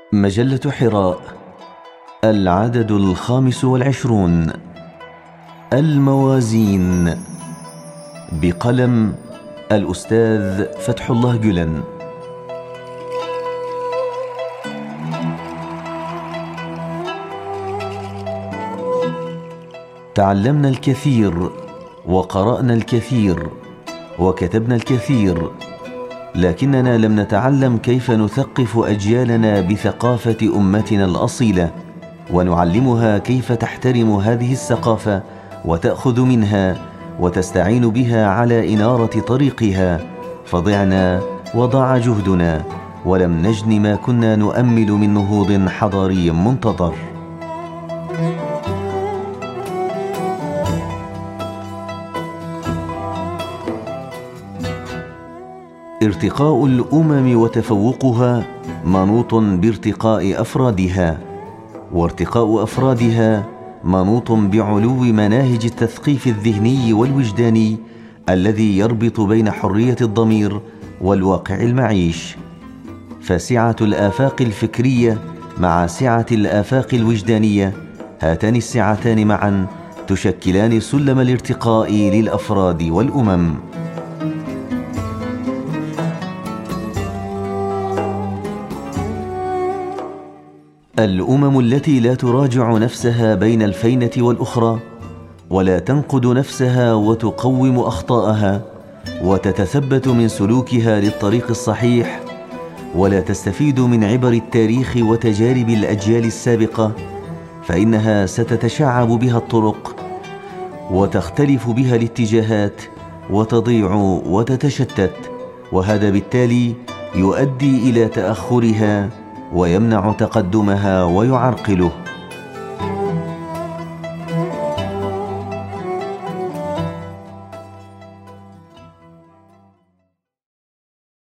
مجلة حراء، العدد 25، الموازين، بقلم الأستاذ فتح الله جلن. تعلمنا الكثير وقرأنا الكثير وكتبنا الكثير، لكننا لم نتعلم كيف نثقف أجيالنا بثقافة أمتنا الأصيلة، ونعلمها كيف تحترم هذه الثقافة وتأخذ منها وتستعين بها على إنارة طريقها. فضعنا وضاع جهدنا، ولم نجن ما كنا نؤمل من نهوض حضاري منتظر. ارتقاء الأمم وتفوقها منوط بارتقاء أفرادها، وارتقاء أفرادها منوط بعلو مناهج التثقيف الذهني والوجداني الذي يربط بين حرية الضمير والواقع المعيش. فسعة الآفاق الفكرية مع سعة الآفاق الوجدانية، هاتان السعتان معا تشكلان سلم الارتقاء للأفراد والأمم. الأمم التي لا تراجع نفسها بين الفينة والأخرى، ولا تنقد نفسها وتقوم أخطاءها وتتثبت من سلوكها للطريق الصحيح، ولا تستفيد من عبر التاريخ وتجارب الأجيال السابقة، فإنها ستتشعب بها الطرق وتختلف بها الاتجاهات وتضيع وتتشتت، وهذا بالتالي يؤدي إلى تأخرها ويمنع تقدمها ويعرقله.